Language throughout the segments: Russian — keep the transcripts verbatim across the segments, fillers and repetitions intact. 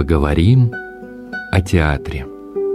Поговорим о театре.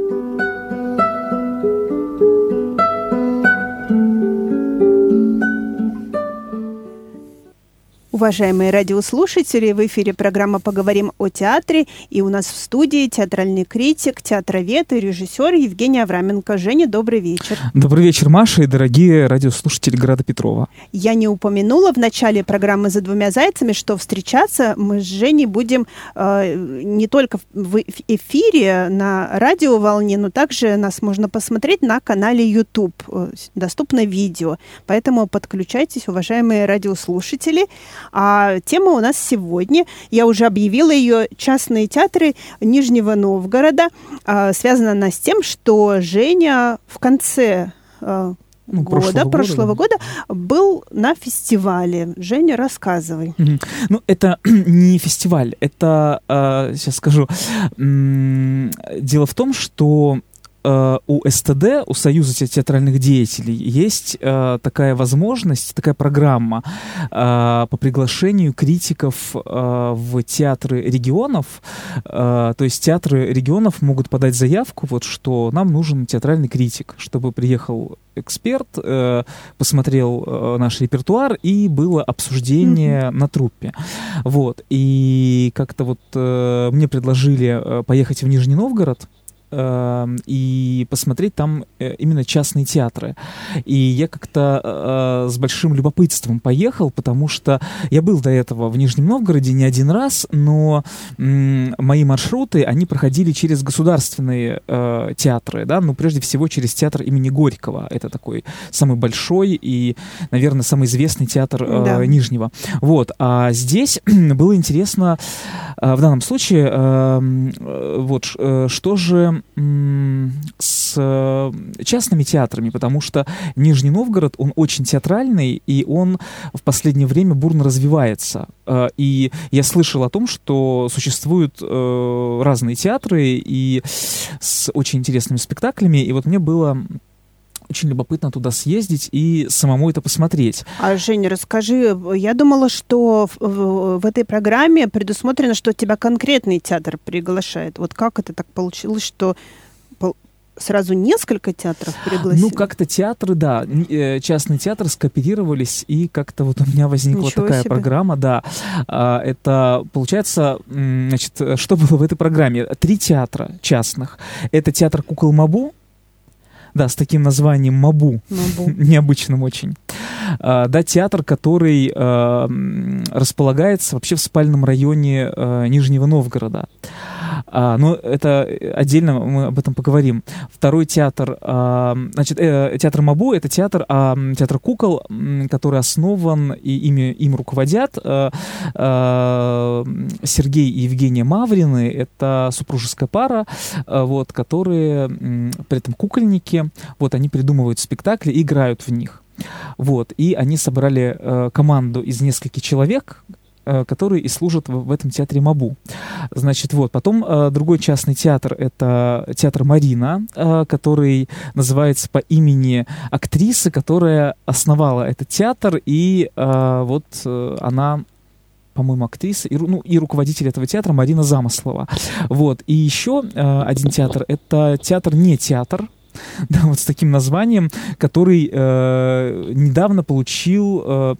Уважаемые радиослушатели, в эфире программа «Поговорим о театре», и у нас в студии театральный критик, театровед и режиссер Евгений Авраменко. Женя, добрый вечер. Добрый вечер, Маша и дорогие радиослушатели города Петрова. Я не упомянула в начале программы «За двумя зайцами», что встречаться мы с Женей будем э, не только в эфире на радиоволне, но также нас можно посмотреть на канале YouTube. Доступно видео. Поэтому подключайтесь, уважаемые радиослушатели. А тема у нас сегодня, я уже объявила ее, частные театры Нижнего Новгорода. А, связана она с тем, что Женя в конце а, ну, года, прошлого, прошлого года, да. был на фестивале. Женя, рассказывай. Mm-hmm. Ну, это не фестиваль, это, э, сейчас скажу, м- дело в том, что у эс тэ дэ, у Союза театральных деятелей, есть э, такая возможность, такая программа э, по приглашению критиков э, в театры регионов. Э, то есть театры регионов могут подать заявку, вот, что нам нужен театральный критик, чтобы приехал эксперт, э, посмотрел э, наш репертуар, и было обсуждение mm-hmm. на труппе. Вот. И как-то вот э, мне предложили э, поехать в Нижний Новгород и посмотреть там именно частные театры. И я как-то э, с большим любопытством поехал, потому что я был до этого в Нижнем Новгороде не один раз, но м- мои маршруты, они проходили через государственные э, театры, да, ну, прежде всего через театр имени Горького. Это такой самый большой и, наверное, самый известный театр э, да. Нижнего. Вот. А здесь было интересно, э, в данном случае, э, э, вот, э, что же с частными театрами, потому что Нижний Новгород, он очень театральный, и он в последнее время бурно развивается. И я слышал о том, что существуют разные театры и с очень интересными спектаклями, и вот мне было очень любопытно туда съездить и самому это посмотреть. А, Женя, расскажи, я думала, что в, в, в этой программе предусмотрено, что тебя конкретный театр приглашает. Вот как это так получилось, что сразу несколько театров пригласили? Ну, как-то театры, да, частный театр скооперировались, и как-то вот у меня возникла Ничего такая себе. программа, да. Это, получается, значит, что было в этой программе? Три театра частных. Это театр кукол Мабу, да, с таким названием Мабу, Мабу. необычным очень. А, да, театр, который а, располагается вообще в спальном районе а, Нижнего Новгорода. А, но это отдельно мы об этом поговорим. Второй театр, а, значит, э, театр Мабу — это театр, а, театр кукол, который основан и ими, им руководят а, а, Сергей и Евгения Маврины. Это супружеская пара, а, вот, которые м, при этом кукольники. Вот, они придумывают спектакли и играют в них. Вот, и они собрали э, команду из нескольких человек, которые и служат в, в этом театре Мабу. Значит, вот. Потом э, другой частный театр — это театр Марина, э, который называется по имени актрисы, которая основала этот театр, и э, вот э, она, по-моему, актриса, и, ну, и руководитель этого театра Марина Замыслова. Вот. И еще э, один театр — это театр «Не театр», да, вот с таким названием, который э, недавно получил... Э,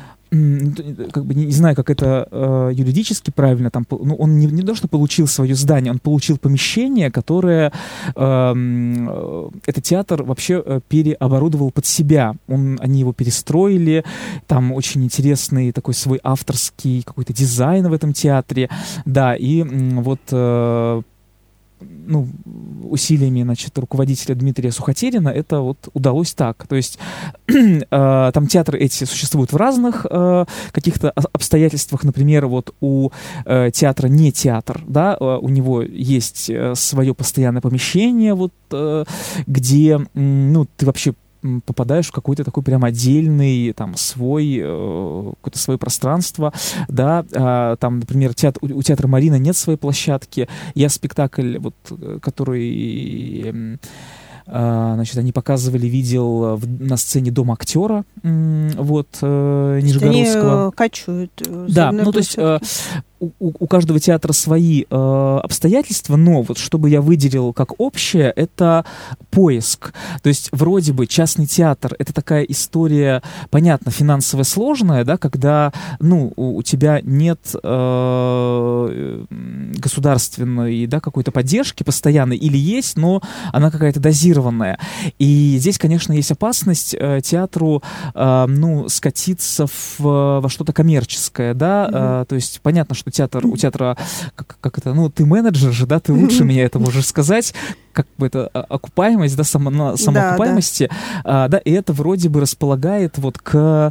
как бы не, не знаю, как это э, юридически правильно, там, ну, он не, не то, что получил свое здание, он получил помещение, которое э, э, этот театр вообще э, переоборудовал под себя. Он, они его перестроили, там очень интересный такой свой авторский какой-то дизайн в этом театре, да, и э, вот э, ну, усилиями, значит, руководителя Дмитрия Сухотерина это вот удалось так. То есть э, там театры эти существуют в разных э, каких-то обстоятельствах. Например, вот у э, театра «Не театр», да, э, у него есть э, свое постоянное помещение, вот, э, где, э, ну, ты вообще попадаешь в какой-то такой прям отдельный, там, свой, э, какое-то свое пространство, да, а, там, например, театр, у, у театра Марина нет своей площадки. Я спектакль, вот, который... Э, Значит, они показывали, видел в, на сцене Дом актера, вот, э, Нижегородского. Они качают. Да, ну то есть э, у, у каждого театра свои э, обстоятельства, но вот чтобы я выделил как общее, это поиск. То есть вроде бы частный театр — это такая история, понятно, финансово сложная, да, когда, ну, у, у тебя нет э, государственной, да, какой-то поддержки постоянной, или есть, но она какая-то дозированная. И здесь, конечно, есть опасность э, театру, э, ну, скатиться в, во что-то коммерческое, да, mm-hmm. э, то есть понятно, что театр, у театра, как, как это, ну, ты менеджер же, да, ты лучше меня это можешь сказать, как бы это, окупаемость, да, само, самоокупаемости, да, да. А, да, и это вроде бы располагает вот к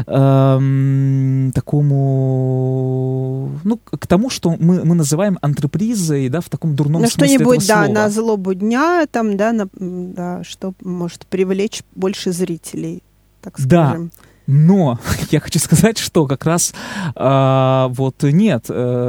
э, такому, ну, к тому, что мы, мы называем антрепризой, да, в таком дурном на смысле что-нибудь, этого да, слова. на злобу дня, там, да, на, да, что может привлечь больше зрителей, так скажем. Да. Но я хочу сказать, что как раз э, вот нет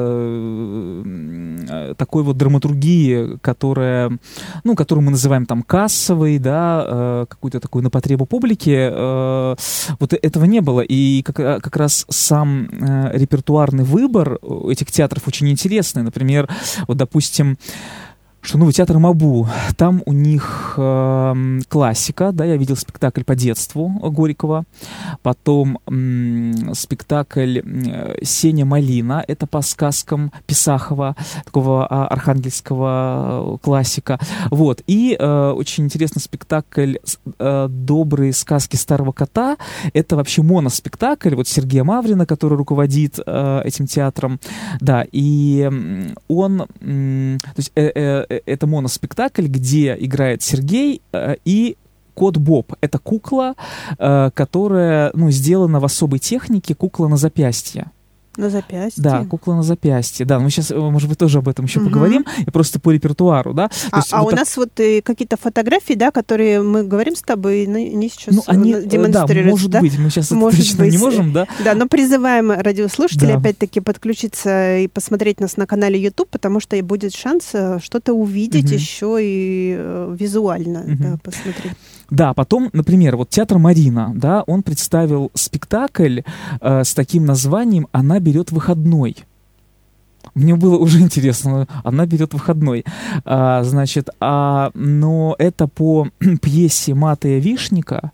э, такой вот драматургии, которая, ну, которую мы называем там кассовой, да, э, какой-то такой на потребу публики, э, вот этого не было. И как, как раз сам э, репертуарный выбор этих театров очень интересный. Например, вот, допустим, что, ну, театр МАБУ, там у них э, классика, да, я видел спектакль по детству Горького, потом э, спектакль э, «Сеня Малина», это по сказкам Писахова, такого а, архангельского классика, вот, и э, очень интересный спектакль э, «Добрые сказки старого кота», это вообще моноспектакль, вот Сергея Маврина, который руководит э, этим театром, да, и он, э, то есть, э, э, это моноспектакль, где играет Сергей э, и кот Боб. Это кукла, э, которая, ну, сделана в особой технике, кукла на запястье. На запястье? Да, кукла на запястье. Да, мы сейчас, может быть, тоже об этом еще угу. поговорим, и просто по репертуару, да. А, есть, а вот у так... нас вот и какие-то фотографии, да, которые мы говорим с тобой, не сейчас ну, они, демонстрируются, да, может да? быть, мы сейчас может это точно быть. не можем, да. Да, но призываем радиослушателей, да. опять-таки, подключиться и посмотреть нас на канале YouTube, потому что и будет шанс что-то увидеть угу. еще и э, визуально, угу. да, посмотреть. Да, потом, например, вот театр Марина, да, он представил спектакль э, с таким названием «Она берет выходной». Мне было уже интересно, она берет выходной. А, значит, а, но это по пьесе Матея Вишника,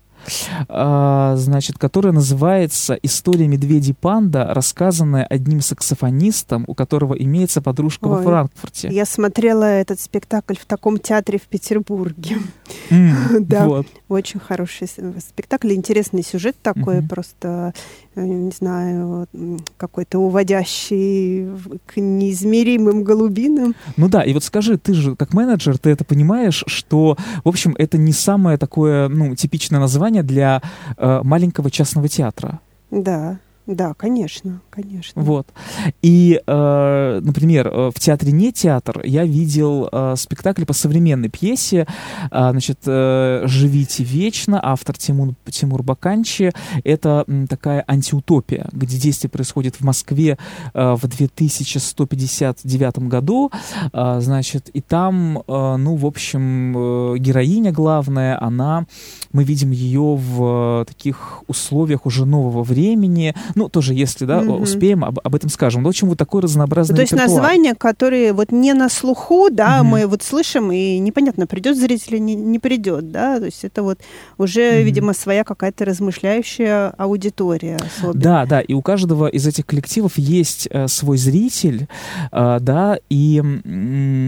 а, значит, которая называется «История медведей панда», рассказанная одним саксофонистом, у которого имеется подружка Ой, во Франкфурте. Я смотрела этот спектакль в таком театре в Петербурге. Mm, да, вот. Очень хороший спектакль, интересный сюжет такой, mm-hmm. просто, не знаю, какой-то уводящий к неизмеримым глубинам. Ну да, и вот скажи, ты же как менеджер, ты это понимаешь, что, в общем, это не самое такое, ну, типичное название для э, маленького частного театра. Да. Да, конечно, конечно. Вот. И, э, например, в театре «Не театр» я видел э, спектакль по современной пьесе, э, значит, э, «Живите вечно», автор Тимур, Тимур Баканчи. Это м, такая антиутопия, где действие происходит в Москве э, в две тысячи сто пятьдесят девятом году, э, значит, и там, э, ну, в общем, э, героиня главная, она, мы видим ее в э, таких условиях уже нового времени. Ну, тоже, если, да, mm-hmm. успеем, об, об этом скажем. Но очень вот такой разнообразный То есть репертуар. названия, которые вот не на слуху, да, mm-hmm. мы вот слышим, и непонятно, придет зритель или не, не придет, да, то есть это вот уже, mm-hmm. видимо, своя какая-то размышляющая аудитория особенно. Да, да, и у каждого из этих коллективов есть э, свой зритель, э, да, и э,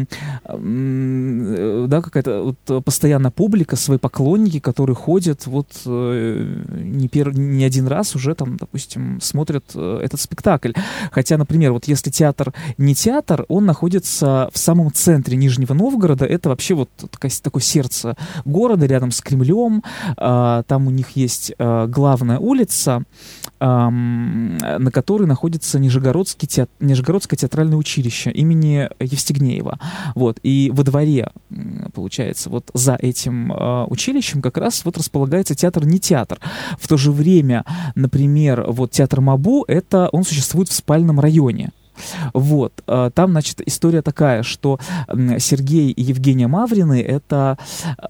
э, да, какая-то вот постоянная публика, свои поклонники, которые ходят вот э, не, пер, не один раз уже там, допустим, смотрят э, этот спектакль. Хотя, например, вот если театр не театр, он находится в самом центре Нижнего Новгорода. Это вообще вот такое, такое сердце города рядом с Кремлем. Э, там у них есть э, главная улица, э, на которой находится Нижегородский театр, Нижегородское театральное училище имени Евстигнеева. Вот. И во дворе, получается, вот за этим э, училищем как раз вот располагается театр не театр. В то же время, например, вот театр МАБУ, это он существует в спальном районе. Вот, там, значит, история такая, что Сергей и Евгения Маврины — это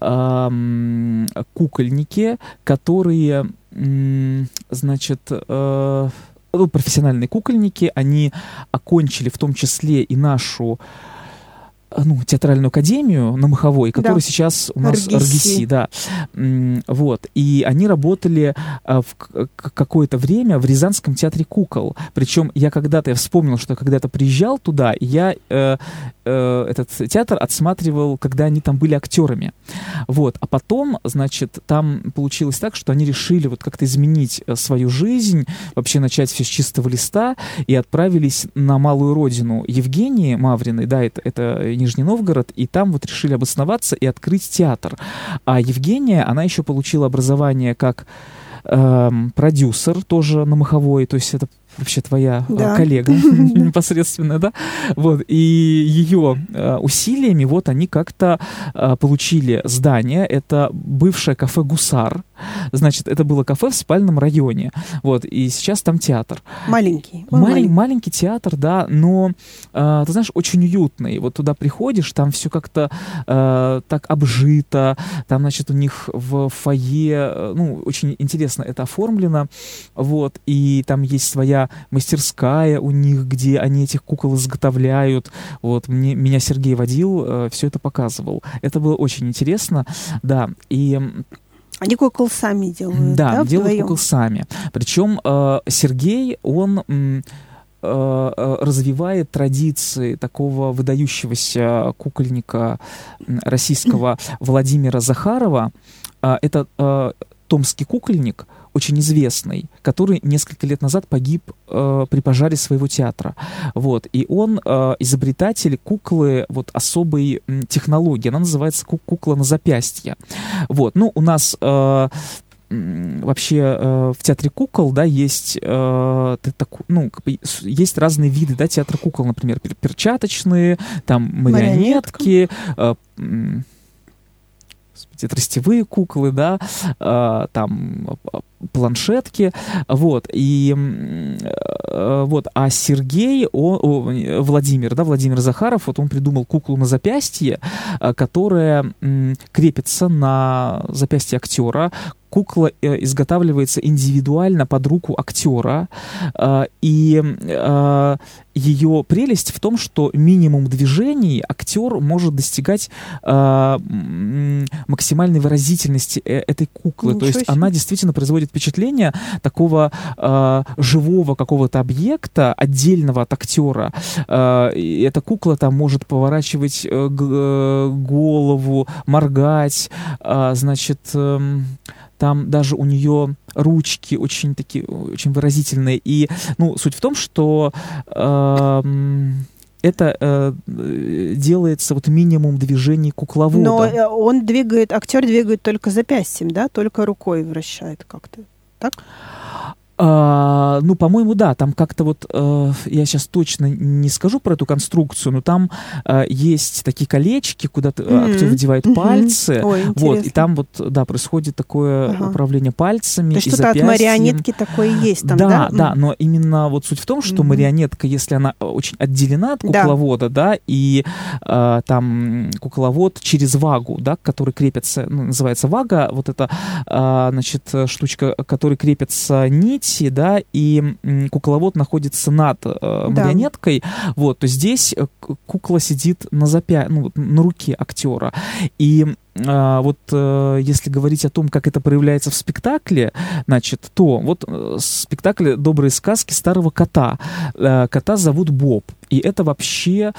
э, кукольники, которые, э, значит, э, ну, профессиональные кукольники, они окончили в том числе и нашу ну, театральную академию на Маховой, которая да. сейчас у нас эр джи си, да. Вот. И они работали а, в какое-то время в Рязанском театре кукол. Причем я когда-то, я вспомнил, что я когда-то приезжал туда, и я э, э, этот театр отсматривал, когда они там были актерами. Вот. А потом, значит, там получилось так, что они решили вот как-то изменить свою жизнь, вообще начать все с чистого листа, и отправились на малую родину Евгении Мавриной, да, это, это Нижний Новгород, и там вот решили обосноваться и открыть театр. А Евгения, она еще получила образование как э, продюсер тоже на Маховой, то есть это вообще твоя да. коллега непосредственно, да, вот, и ее э, усилиями вот они как-то э, получили здание, это бывшее кафе «Гусар», значит, это было кафе в спальном районе, вот, и сейчас там театр. Маленький. Малень, маленький. Маленький театр, да, но, э, ты знаешь, очень уютный, вот туда приходишь, там все как-то э, так обжито, там, значит, у них в фойе, э, ну, очень интересно это оформлено, вот, и там есть своя мастерская у них, где они этих кукол изготовляют. Вот, мне, меня Сергей водил, э, все это показывал. Это было очень интересно, да, и... Они кукол сами делают, да? Да, делают вдвоем? кукол сами. Причем э, Сергей, он... М, развивает традиции такого выдающегося кукольника российского Владимира Захарова. Это э, томский кукольник, очень известный, который несколько лет назад погиб э, при пожаре своего театра. Вот. И он э, изобретатель куклы вот, особой м, технологии. Она называется ку- кукла на запястье. Вот. Ну, у нас... Э, вообще э, в театре кукол, да, есть, э, так, ну, есть разные виды, да, театра кукол, например, перчаточные, там марионетки, э, э, тростевые куклы, да, э, там планшетки, вот, и э, вот, а Сергей, о, о, Владимир, да, Владимир Захаров, вот он придумал куклу на запястье, э, которая э, крепится на запястье актера. Кукла э, изготавливается индивидуально под руку актера, э, и э, ее прелесть в том, что минимум движений актер может достигать э, максимальной выразительности э, этой куклы. Ничего То есть себе. Она действительно производит впечатление такого э, живого какого-то объекта, отдельного от актера. Э, и эта кукла там может поворачивать э, г- голову, моргать, э, значит... Э, Там даже у нее ручки очень такие, очень выразительные. И, ну, суть в том, что э, это э, делается вот минимум движений кукловода. Но он двигает, актер двигает только запястьем, да? Только рукой вращает как-то, так? Uh, ну, по-моему, да, там как-то вот, uh, я сейчас точно не скажу про эту конструкцию, но там uh, есть такие колечки, куда mm-hmm. актер выдевает mm-hmm. пальцы, Ой, вот, и там вот, да, происходит такое ага. управление пальцами. То есть что-то от марионетки такое есть там, да? Да, да, но именно вот суть в том, что mm-hmm. марионетка, если она очень отделена от кукловода, да, да и uh, там кукловод через вагу, да, к которой крепится, ну, называется вага, вот эта, uh, значит, штучка, к которой крепится нить, да, и м, кукловод находится над э, марионеткой, да. Вот, то здесь кукла сидит на запя... ну, на руке актера. И э, вот э, если говорить о том, как это проявляется в спектакле, значит, то вот э, спектакль «Добрые сказки» старого кота. Э, кота зовут Боб. И это вообще,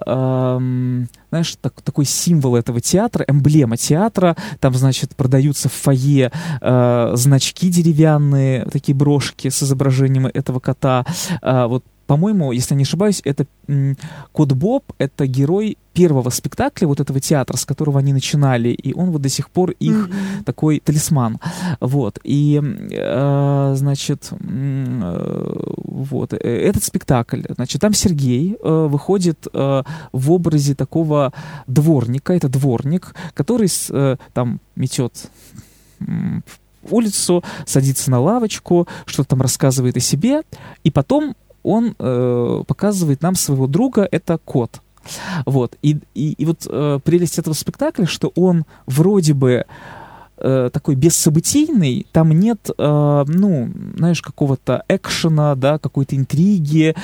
э, знаешь, так, такой символ этого театра, эмблема театра. Там, значит, продаются в фойе э, значки деревянные, такие брошки с изображением этого кота. Э, вот, по-моему, если я не ошибаюсь, это м, кот Боб, это герой первого спектакля вот этого театра, с которого они начинали, и он вот до сих пор их mm-hmm. такой талисман. Вот. И, э, значит, э, вот, этот спектакль, значит, там Сергей э, выходит э, в образе такого дворника, это дворник, который э, там метет э, улицу, садится на лавочку, что-то там рассказывает о себе, и потом он э, показывает нам своего друга, это кот. Вот. И, и, и вот э, прелесть этого спектакля, что он вроде бы э, такой бессобытийный, там нет, э, ну, знаешь, какого-то экшена, да, какой-то интриги.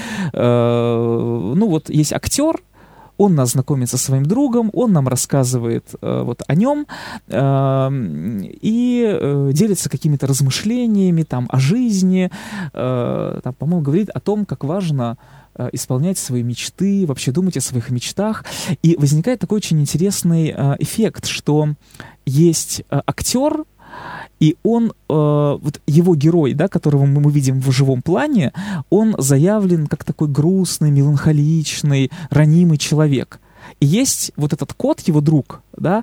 Э, ну, вот есть актер, он нас знакомит со своим другом, он нам рассказывает э, вот о нем э, и э, делится какими-то размышлениями там, о жизни, э, там, по-моему, говорит о том, как важно э, исполнять свои мечты, вообще думать о своих мечтах. И возникает такой очень интересный э, эффект, что есть э, актер, и он, э, вот его герой, да, которого мы, мы видим в живом плане, он заявлен как такой грустный, меланхоличный, ранимый человек. И есть вот этот кот, его друг, да,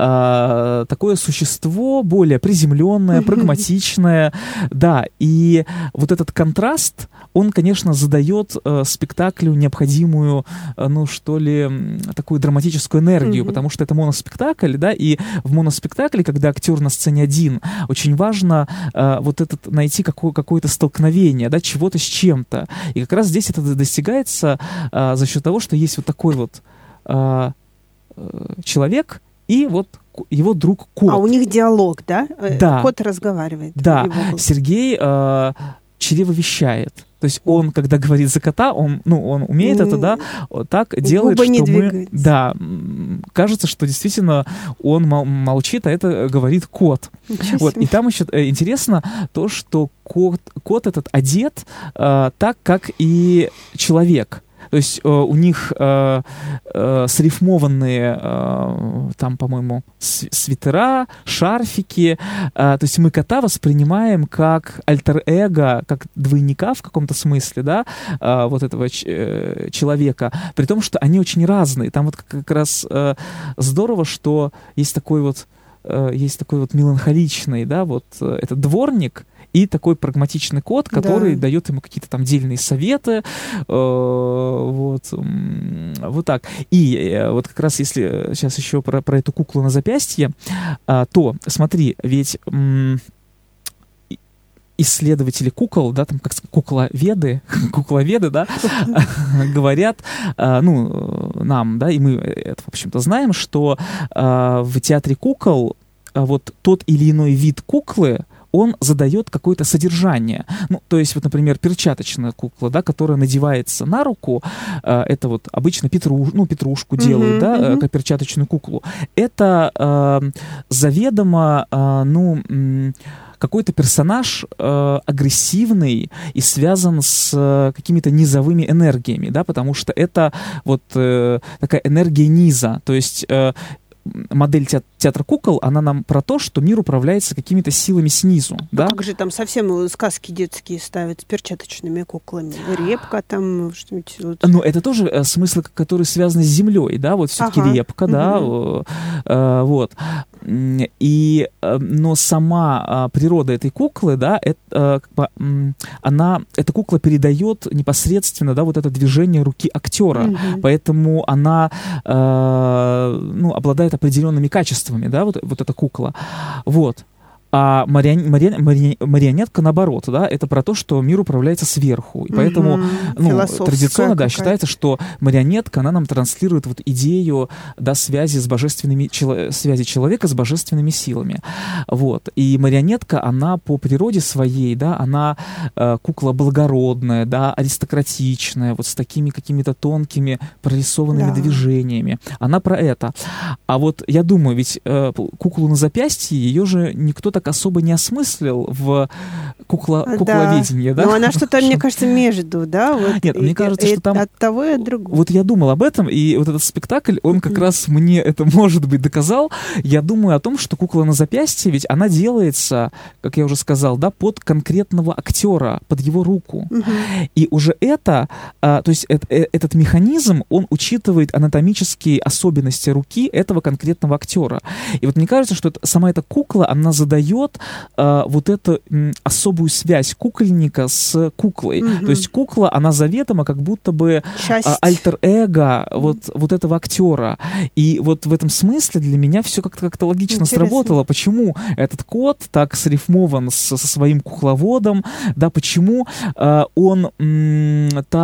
э, такое существо более приземленное, прагматичное, да, и вот этот контраст, он, конечно, задает э, спектаклю необходимую, э, ну, что ли, такую драматическую энергию, потому что это моноспектакль, да, и в моноспектакле, когда актер на сцене один, очень важно э, вот этот, найти какое- какое-то столкновение, да, чего-то с чем-то. И как раз здесь это достигается э, за счет того, что есть вот такой вот э, э, человек и вот его друг кот. А у них диалог, да? Да. Кот разговаривает. Да, Сергей э, чревовещает. То есть он, когда говорит за кота, он, ну, он умеет mm. это, да, так делает, Губы что не мы... двигаются. Да, кажется, что действительно он мол- молчит, а это говорит кот. Вот. И там еще интересно то, что кот, кот этот одет э, так, как и человек. То есть э, у них э, э, срифмованные э, там, по-моему, с- свитера, шарфики. Э, то есть мы кота воспринимаем как альтер-эго, как двойника в каком-то смысле, да, э, вот этого ч- э, человека. При том, что они очень разные. Там вот как, как раз э, здорово, что есть такой вот, э, есть такой вот меланхоличный, да, вот э, этот дворник, и такой прагматичный кот, который да. дает ему какие-то там дельные советы. Э, вот, вот так. И э, вот как раз если сейчас еще про, про эту куклу на запястье, э, то смотри, ведь э, исследователи кукол, да, там как кукловеды, кукловеды, да, говорят, э, ну, нам, да, и мы это, в общем-то, знаем, что э, в театре кукол э, вот тот или иной вид куклы, он задает какое-то содержание. Ну, то есть, вот, например, перчаточная кукла, да, которая надевается на руку, э, это вот обычно петруш, ну, петрушку делают, mm-hmm, да, mm-hmm. как перчаточную куклу. Это э, заведомо, э, ну, э, какой-то персонаж э, агрессивный и связан с э, какими-то низовыми энергиями, да, потому что это вот э, такая энергия низа, то есть э, модель театра, театра кукол, она нам про то, что мир управляется какими-то силами снизу. Ну, да? Как же там совсем сказки детские ставят с перчаточными куклами? Репка там, что-нибудь... Вот. Ну, это тоже э, смыслы, которые связаны с землей, да, вот все-таки ага. репка, да, угу. э, вот. И, э, но сама э, природа этой куклы, да, это, э, как бы, э, она, эта кукла передает непосредственно, да, вот это движение руки актера, угу. поэтому она, э, ну, обладает определенными качествами, да, вот, вот эта кукла, вот. А марион, марион, марион, марионетка, наоборот, да, это про то, что мир управляется сверху. И поэтому mm-hmm. ну, традиционно да, считается, что марионетка, она нам транслирует вот идею, да, связи, с божественными, чело, связи человека с божественными силами. Вот. И марионетка, она по природе своей, да, она э, кукла благородная, да, аристократичная, вот с такими какими-то тонкими прорисованными да. движениями. Она про это. А вот я думаю, ведь э, куклу на запястье, ее же никто так особо не осмыслил в кукло, кукловедении, да? да? Но она что-то, мне кажется, между, да? Вот. Нет, и, мне кажется, и, что там... От того и от другого. Вот я думал об этом, и вот этот спектакль, он как mm-hmm. раз мне это, может быть, доказал. Я думаю о том, что кукла на запястье, ведь она делается, как я уже сказал, да, под конкретного актера, под его руку. Mm-hmm. И уже это, а, то есть это, этот механизм, он учитывает анатомические особенности руки этого конкретного актера. И вот мне кажется, что это, сама эта кукла, она задает э, вот эту м, особую связь кукольника с куклой. Mm-hmm. То есть кукла, она заведома как будто бы э, альтер-эго mm-hmm. вот, вот этого актера. И вот в этом смысле для меня все как-то, как-то логично Интересно. сработало. Почему этот кот так срифмован с, со своим кукловодом, да, почему э, он м, так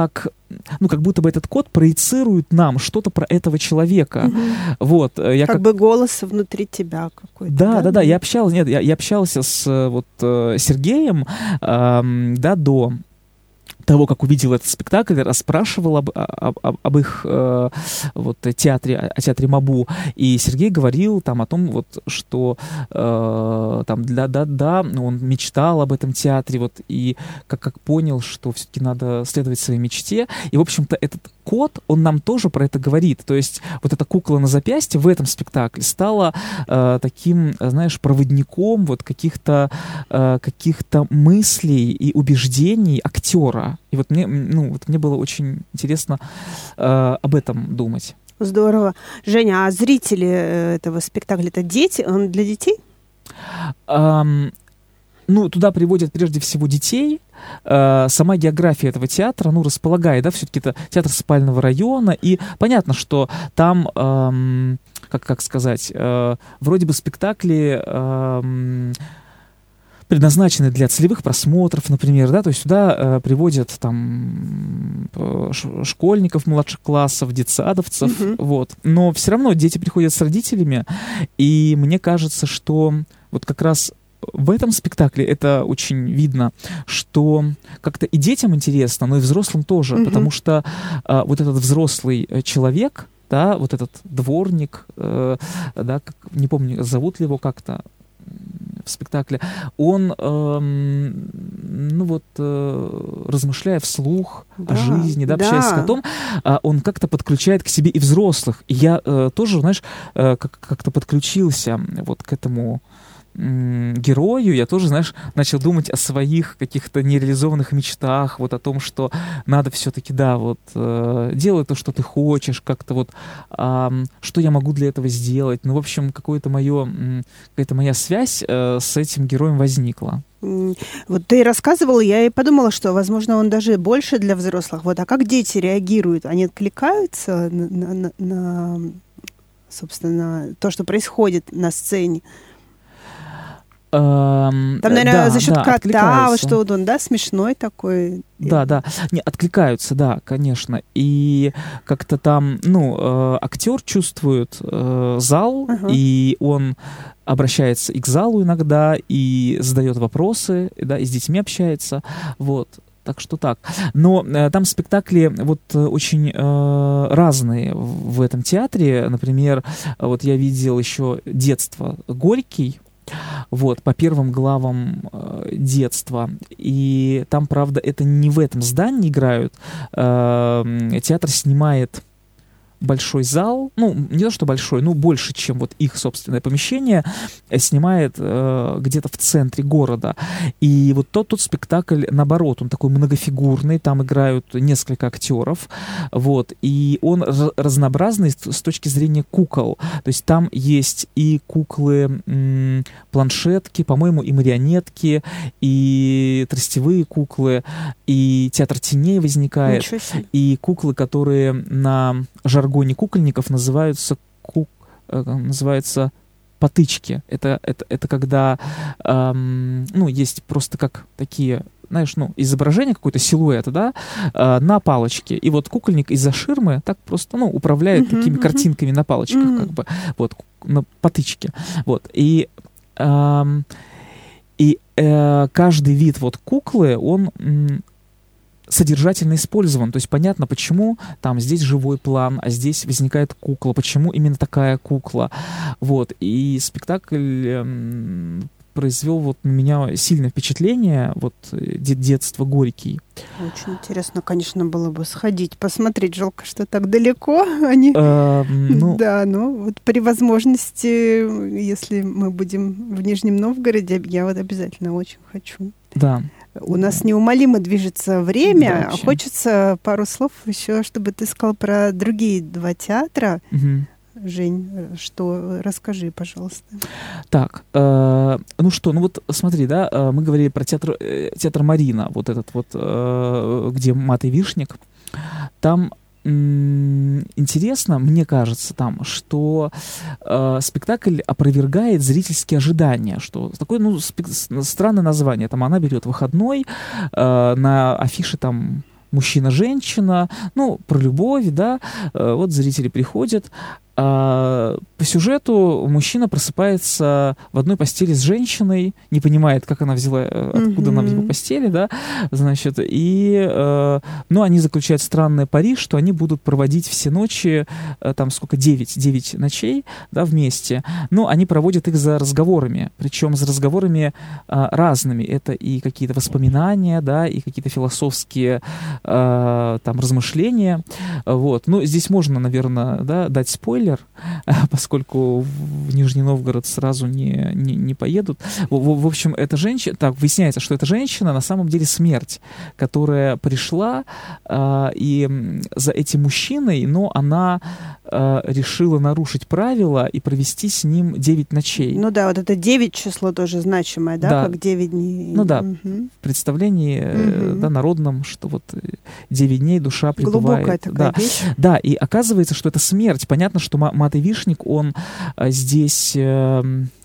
ну, как будто бы этот кот проецирует нам что-то про этого человека. Угу. Вот, я как, как бы голос внутри тебя какой-то. Да, да, да, да. Я общался, нет, я, я общался с вот Сергеем, э, да, до того, как увидел этот спектакль, расспрашивал об, об, об, об их э, вот, театре, о театре Мабу, и Сергей говорил там о том, вот, что э, там, да, да, да, он мечтал об этом театре, вот, и как, как понял, что все-таки надо следовать своей мечте, и, в общем-то, этот кот, он нам тоже про это говорит, то есть вот эта кукла на запястье в этом спектакле стала э, таким, знаешь, проводником вот каких-то э, каких-то мыслей и убеждений актера. И вот мне, ну, вот мне было очень интересно э, об этом думать. Здорово. Женя, а зрители этого спектакля — это дети? Он для детей? Um, ну, туда приводят прежде всего детей. Uh, сама география этого театра, ну, располагает, да, все-таки это театр спального района, и понятно, что там, um, как, как сказать, uh, вроде бы спектакли uh, предназначены для целевых просмотров, например, да, то есть сюда э, приводят там ш- школьников младших классов, детсадовцев, mm-hmm. вот. Но все равно дети приходят с родителями, и мне кажется, что вот как раз в этом спектакле это очень видно, что как-то и детям интересно, но и взрослым тоже, mm-hmm. потому что э, вот этот взрослый человек, да, вот этот дворник, э, да, как, не помню, зовут ли его как-то в спектакле, он, эм, ну вот, э, размышляя вслух да, о жизни, да, да. общаясь с котом, э, он как-то подключает к себе и взрослых. И я э, тоже, знаешь, э, как- как-то подключился вот к этому герою, я тоже, знаешь, начал думать о своих каких-то нереализованных мечтах, вот о том, что надо все-таки, да, вот э, делай то, что ты хочешь, как-то вот, э, что я могу для этого сделать. Ну, в общем, какое-то мое, какая-то моя связь э, с этим героем возникла. Вот ты рассказывала, я и подумала, что, возможно, он даже больше для взрослых. Вот, а как дети реагируют? Они откликаются на, на, на собственно, то, что происходит на сцене? Эм, Там, наверное, да, за счет да, кота, вот что вот он, да, смешной такой. Да, да. Не, откликаются, да, конечно. И как-то там, ну, э, актер чувствует э, зал, ага. и он обращается и к залу иногда, и задает вопросы, да, и с детьми общается, вот. Так что так. Но э, там спектакли вот очень э, разные в, в этом театре. Например, вот я видел еще «Детство» Горький, вот, по первым главам э, детства. И там, правда, это не в этом здании играют. Э, театр снимает большой зал, ну, не то что большой, ну, больше, чем вот их собственное помещение, снимает э, где-то в центре города. И вот тот, тот спектакль, наоборот, он такой многофигурный, там играют несколько актеров, вот, и он раз- разнообразный с, с точки зрения кукол. То есть там есть и куклы, м- планшетки, по-моему, и марионетки, и тростевые куклы, и театр теней возникает, и куклы, которые на жаргоне кукольников называются, ку, э, называются потычки. Это, это, это когда эм, ну, есть просто как такие, знаешь, ну, изображение какой-то силуэта, да, э, на палочке. И вот кукольник из-за ширмы так просто, ну, управляет uh-huh, такими uh-huh. картинками на палочках, uh-huh. как бы, вот, на потычке. Вот. И, эм, и э, каждый вид вот куклы, он м, содержательно использован. То есть понятно, почему там здесь живой план, а здесь возникает кукла, почему именно такая кукла. Вот. И спектакль эм, произвел вот на меня сильное впечатление, вот «Детство Горький». Очень интересно, конечно, было бы сходить, посмотреть. Жалко, что так далеко они. Э, ну... Да, ну вот при возможности, если мы будем в Нижнем Новгороде, я вот обязательно очень хочу. Да. У нас неумолимо движется время. Да, хочется пару слов еще, чтобы ты сказал про другие два театра. Угу. Жень, что? Расскажи, пожалуйста. Так, э, ну что, ну вот смотри, да, э, мы говорили про театр, э, театр Марина, вот этот вот, э, где Мат и Вишник. Там м- интересно, мне кажется, там, что э, спектакль опровергает зрительские ожидания, что такое, ну, спек- странное название. Там она берет выходной, э, на афише там мужчина-женщина, ну, про любовь, да, вот зрители приходят. А по сюжету мужчина просыпается в одной постели с женщиной, не понимает, как она взяла, откуда mm-hmm. она в его постели, да, значит, и, э, ну, они заключают странное пари, что они будут проводить все ночи, э, там, сколько, девять, девять ночей, да, вместе, но они проводят их за разговорами, причем за разговорами э, разными, это и какие-то воспоминания, да, и какие-то философские, э, там, размышления, вот, ну, здесь можно, наверное, да, дать спойлер, поскольку в Нижний Новгород сразу не, не, не поедут. В, в, в общем, эта женщина, так, выясняется, что эта женщина на самом деле смерть, которая пришла э, и за этим мужчиной, но она э, решила нарушить правила и провести с ним девять ночей. Ну да, вот это девять число тоже значимое, да, да. Как девять дней. Ну да, угу. В представлении угу. да, народном, что вот девять дней душа пребывает. Глубокая такая да. вещь. Да, и оказывается, что это смерть. Понятно, что Матей Вишник, он а, здесь э,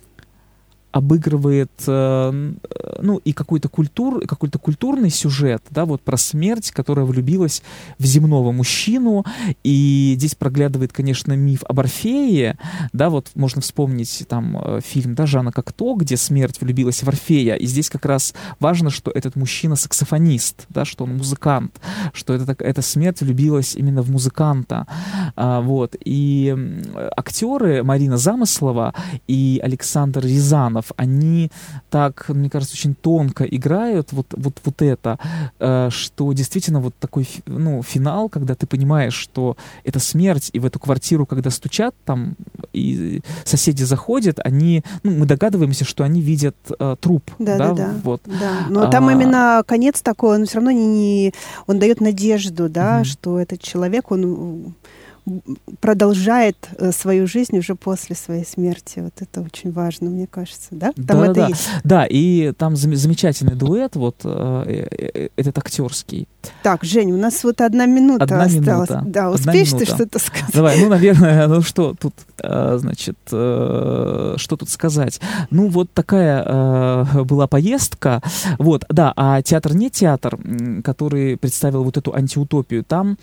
обыгрывает э, ну, и какой-то культур, какой-то культурный сюжет, да, вот про смерть, которая влюбилась в земного мужчину, и здесь проглядывает, конечно, миф об Орфее, да, вот можно вспомнить там фильм, да, Жана Кокто, где смерть влюбилась в Орфея, и здесь как раз важно, что этот мужчина саксофонист, да, что он музыкант, что это, эта смерть влюбилась именно в музыканта, а, вот, и актеры Марина Замыслова и Александр Рязанов, они так, мне кажется, очень тонко играют вот, вот, вот это, э, что действительно вот такой, ну, финал, когда ты понимаешь, что это смерть, и в эту квартиру, когда стучат там, и соседи заходят, они, ну, мы догадываемся, что они видят э, труп. Да, да, да. Вот. Да. Но там а, именно конец такой, он все равно не, не он дает надежду, да, угу. что этот человек, он продолжает свою жизнь уже после своей смерти. Вот это очень важно, мне кажется, да? Там да, это да. есть. Да, и там зам- замечательный дуэт, вот э, этот актерский. Так, Жень, у нас вот одна минута одна осталась. Минута. Да, одна успеешь минута. ты что-то сказать? Давай, ну, наверное, ну что тут, э, значит, э, что тут сказать? Ну, вот такая э, была поездка. Вот, да, а театр не театр, который представил вот эту антиутопию, там,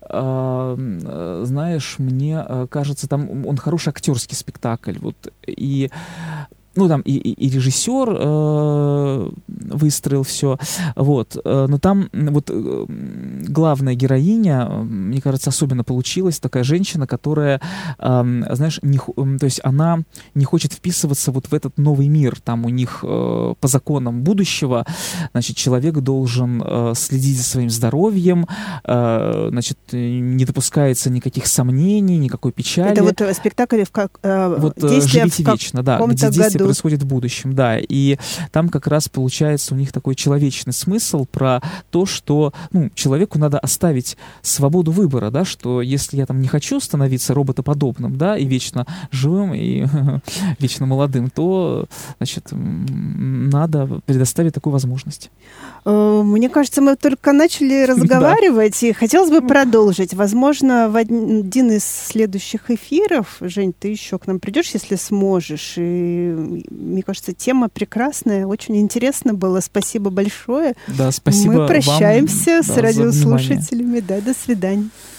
э, знаешь, мне кажется, там он хороший актерский спектакль, вот, и ну, там и, и, и режиссер э, выстроил все, вот, э, но там вот э, главная героиня, мне кажется, особенно получилась, такая женщина, которая, э, знаешь, не, то есть она не хочет вписываться вот в этот новый мир, там у них э, по законам будущего, значит, человек должен э, следить за своим здоровьем, э, значит, не допускается никаких сомнений, никакой печали. Это вот спектакль в как э, вот, действие «Живите в как, вечно», да, где действие происходит в будущем, да, и там как раз получается у них такой человечный смысл про то, что, ну, человеку надо оставить свободу выбора, да, что если я там не хочу становиться роботоподобным, да, и вечно живым, и вечно молодым, то, значит, надо предоставить такую возможность. Мне кажется, мы только начали разговаривать, да. И хотелось бы продолжить. Возможно, в один из следующих эфиров, Жень, ты еще к нам придешь, если сможешь, и мне кажется, тема прекрасная, очень интересно было. Спасибо большое. Да, спасибо. Мы прощаемся вам, с да, радиослушателями. Да, до свидания.